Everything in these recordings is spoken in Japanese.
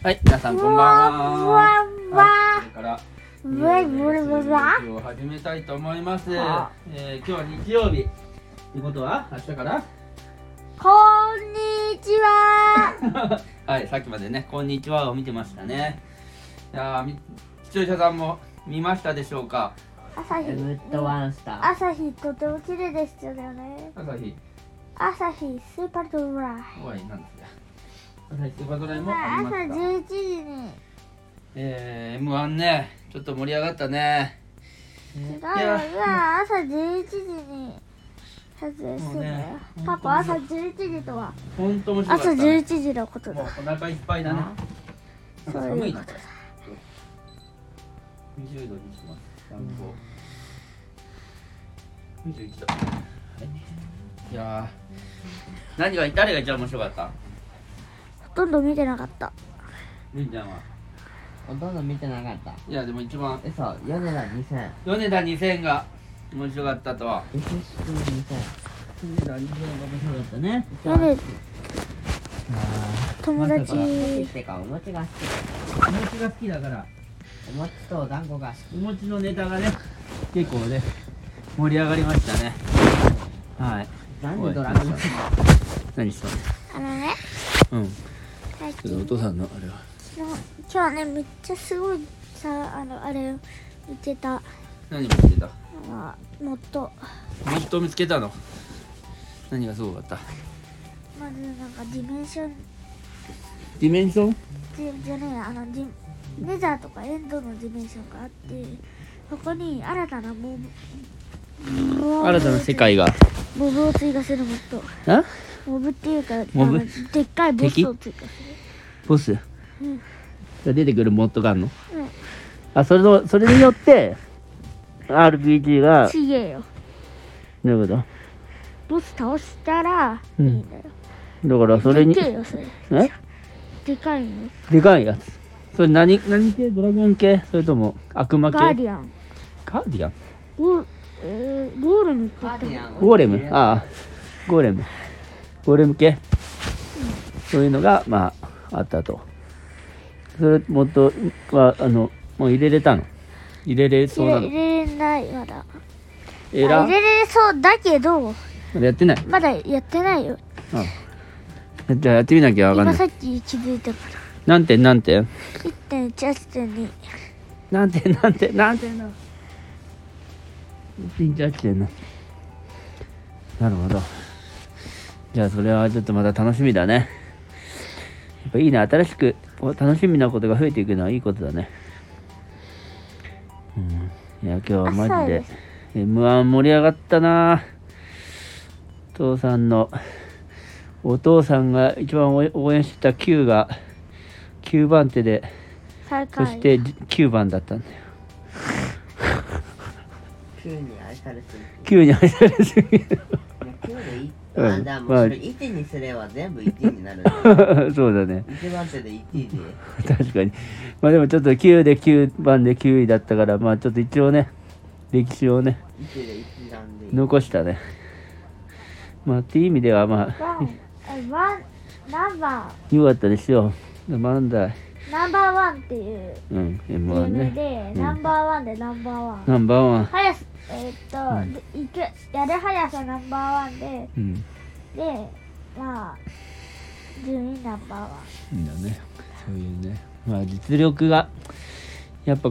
はい、皆さんこんばんは。はい、これからを始めたいと思います。今日は日曜日。ってことは明日からこんにちは。 はい、さっきまでね、こんにちはを見てましたね。いや視聴者さんも見ましたでしょうか。 朝日、朝日とても綺麗でしたよね。朝日スーパードライ。 おい、なんですか。朝日スーパードライもありました。 朝11時に。 M1 ね、ちょっと盛り上がったね。 朝11時に撮影するのよ。パパ、朝11時とは本当面白かった、ね。 朝11時のことだ。 もうお腹いっぱいだね。 そういうことだ。 20度にします。21度。いやー、誰が一番面白かった？ ほとんど見てなかった。 りんちゃんはほとんど見てなかった。 いやでも一番そう、米田2000。 米田2000が面白かったとは。 米田2000が面白かったね。 友達ってかお餅が好き。 お餅が好きだから。 お餅と団子が好き。 お餅のネタがね、結構ね盛り上がりましたね。はい。 なんでドラゴン何したの？ ね。 うん。ちょっとお父さんのあれは。 今日ねめっちゃすごいさあれ見てた。 何見つけた？ もっと見つけたの？何がすごかった？ まずなんかディメンションじゃねメザーとかエンドのディメンションがあって、そこに新たな世界がモブを追加する。もっとモブっていうかモブでっかいボスを追加する。 ボス、が出てくるモッドがあるの？それによって RPG がちげえよ。 どういうこボス倒したらいいんだよ。 と？だからそれにでけえよそれ。でかいの。 でかいやつ。それ何系？ドラゴン系？それとも悪魔系？ ガーディアン。 ガーディアン？ ゴーレムって言ったの？ ゴーレム？ゴーレム系？そういうのがまああったと。それもっとはもう入れれたの？入れれそうなの？ 入れれないまだ。 入れれそうだけどまだやってない？ まだやってないよ。 じゃあやってみなきゃわかんない。 今さっき気づいたから。 何点？ 1.18.2。 何点な。1.18.2。なるほど。じゃあそれはちょっとまた楽しみだね。やっぱいいね。新しく楽しみなことが増えていくのはいいことだね。いや今日はマジで M1 盛り上がったな。お父さんが一番応援してた Q が9番手で、そして9番だったんだよ。 9に愛されすぎる。 9に愛されすぎる。 9でいい。じゃあもうそれ1にすれば全部1になるんだ。 そうだね。 1番手で1位で。 確かに。まあでもちょっと9で9番で9位だったから、まあちょっと一応ね、歴史をね、残したね。まあっていう意味ではまあよかったですよ。漫才ナンバーワンっていう M1 ゲームね。 で、ナンバーワンでナンバーワン。 ナンバーワン。 やる速さナンバーワンで、で、まあ順位ナンバーワン。 いいんだね。そういうね。まあ実力がやっぱ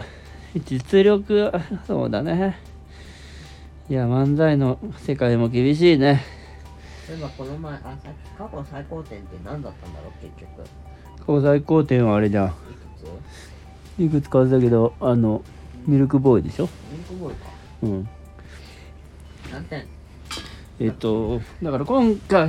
そうだね。いや漫才の世界も厳しいね。 そういえばこの前過去最高点って何だったんだろう結局。 過去最高点はあれじゃん。いくつかだけどミルクボーイでしょ。 ミルクボーイか。何点？ だから今回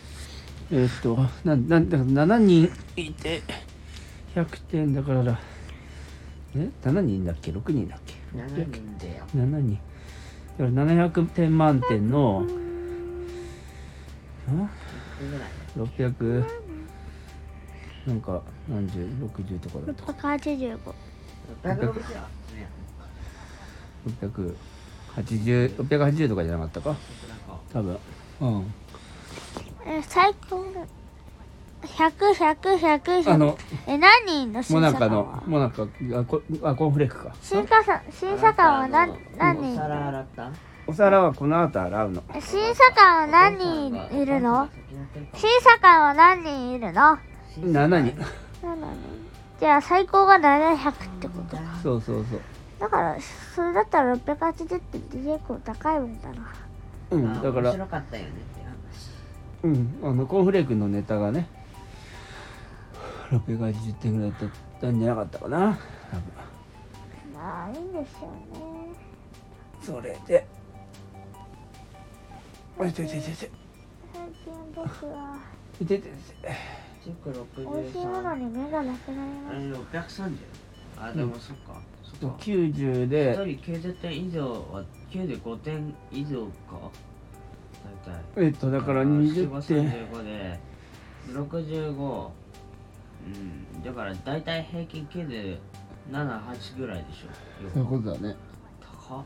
7人いて100点だから7人だっけ6人だっけ 7人でよ。 7人だから700点満点の600なんか何十60とかだった 685。 680とかじゃなかったか多分。 最高だ。 100何人いんの？ モナカのモナカコーンフレークか。 審査官は何人？ お皿洗った？ お皿はこの後洗うの。 審査官は何人いるの？審査官は何人いるの ？7人。 じゃあ最高が700ってことか。 そうだからそれだったら680って結構高いもんだな。 だから面白かったよねって話。コーンフレークのネタがね680点ぐらいだったんじゃなかったかな。 まあいいんですよね。 それで最近僕は美味しいものに目がなくなりました。630。あ、でもそっか。 90で 1人90点以上は95点以上か。 大体。だから20点。 35で65。だから大体平均97、8ぐらいでしょ。 そういうことだね。 高っ。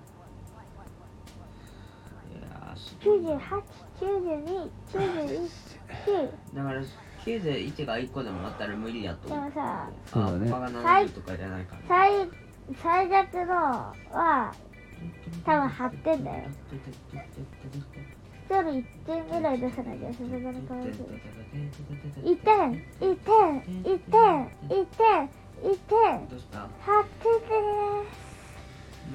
98、92、91、 だから91が1個でもあったら無理やと。 でもさ、 そうだね。 他が70とかじゃないから。 最弱のは多分8点だよ。1人1点ぐらい出さないとさすがにかわいそう。1点どうした 8点です。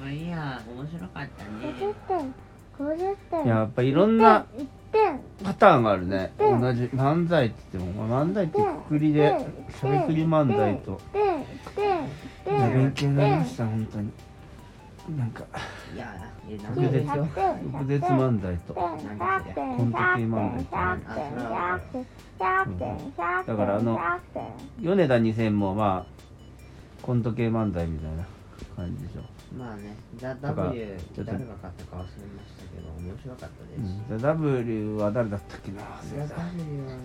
まあいいや、面白かったね。 50点50点。 やっぱいろんな 1点パターンがあるね。同じ漫才って言っても、漫才ってくくりでしゃべくり漫才と勉強になりました。本当になんかいや毒舌漫才とコント系漫才とだから米田2000もまあコント系漫才みたいな感じでしょ。 まあね、ザ・ W 誰が勝ったか忘れましたけど面白かったです。 ザ・ W は誰だったっけな。 ザ・ W はなんか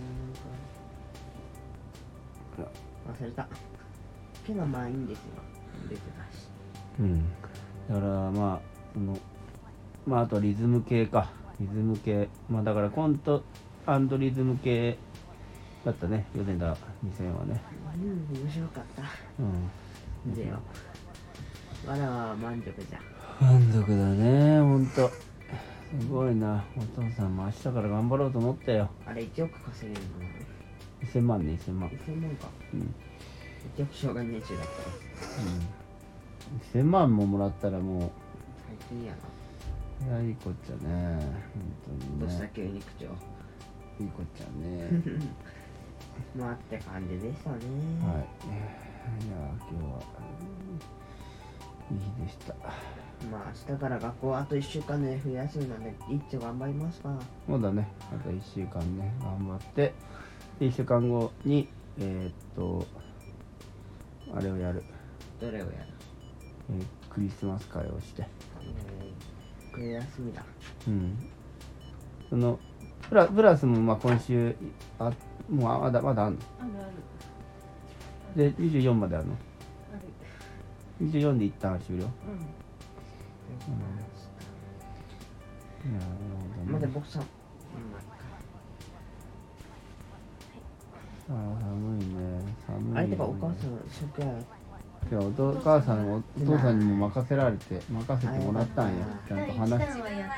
忘れたけどまあいいんですよ、出てたし。 だからまああとリズム系か。リズム系だからコント&リズム系だったね、米田2000はね。 面白かった。でよ、わらは満足じゃ。 満足だね、ほんと。すごいな。お父さんも明日から頑張ろうと思ったよ。 あれ1億稼げるのね。 1000万ね、1000万。 1000万か。1億障害年収だったら。 ら。 1000万ももらったらもう。 最近やな。 いや、いいこっちゃね。本当にね。 どうした急に口調。 いいこっちゃね。 まあって感じでしたね。 はい。いや、今日はいい日でした。 まあ明日から学校あと1週間で冬休みなんで一丁頑張りますか。 そうだね。あと1週間ね、頑張って、1週間後にあれをやる。 どれをやる？ クリスマス会をして。 冬休みだ。 そのプラスもまあ今週もうまだあんの？ある。で24まであるの？ある。24で一旦終了？ まだ僕さん。 寒いね。寒い。 あれとかお母さん食や。 今日お母さんお父さんにも任せてもらったんや。ちゃんと話して。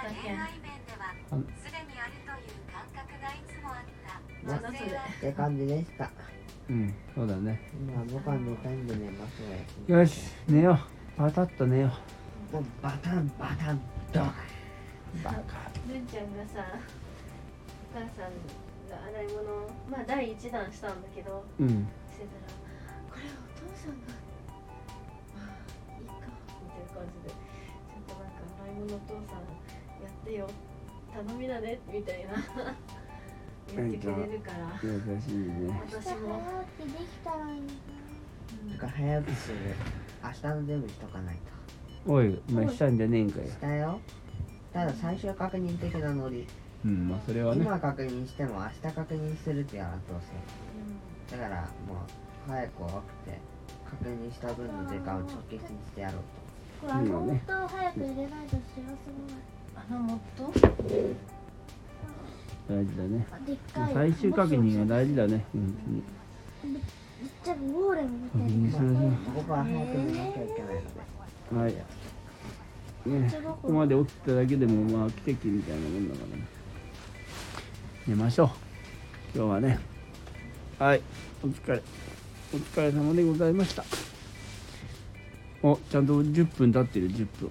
って感じでした。 そうだね。 まあ僕は寝たいんで寝ますわ。よし、寝よう。パタッと寝よう。もうバタンドン。 バカ。 るんちゃんがさ、お母さんが洗い物まあ第1弾したんだけど、してたらこれお父さんがまあいいかみたいな感じで、ちゃんとなんか洗い物お父さんやってよ頼みだねみたいな言ってくれるから。 優しいね。 私もできたらいいとか早起きする。明日の全部しとかないと。 おい、お前したんじゃねえんかよ。 したよ。ただ最終確認的なノリ。 まあそれはね。 今確認しても明日確認するってやらんとせ。だからもう早く起きて確認した分の時間を直結にしてやろうと。 これモットを早く入れないと幸せもない。 モット？ 大事だね。最終確認が大事だね。 めっちゃゴーレムみたいな。 僕は早く寝なきゃいけないので。 はい。ね、ここまで起きただけでもまあ奇跡みたいなもんだからね。寝ましょう。今日はね。はい。お疲れ様でございました。お、ちゃんと10分経ってる。10分。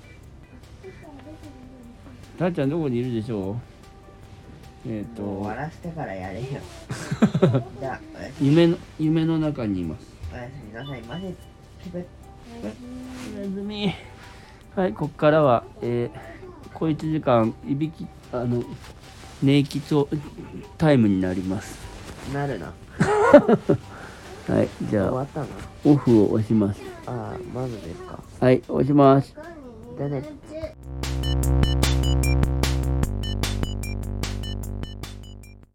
たっちゃんどこにいるでしょう。 終わらせてからやれよ。じゃあ夢の中にいます。 おやすみなさいませ。 おやすみ。はい、ここからは、小1時間寝息とタイムになります。 なるな。 はい、じゃあ終わったの？ オフを押します。 ああ、まずですか。 はい、押します。 じゃあね。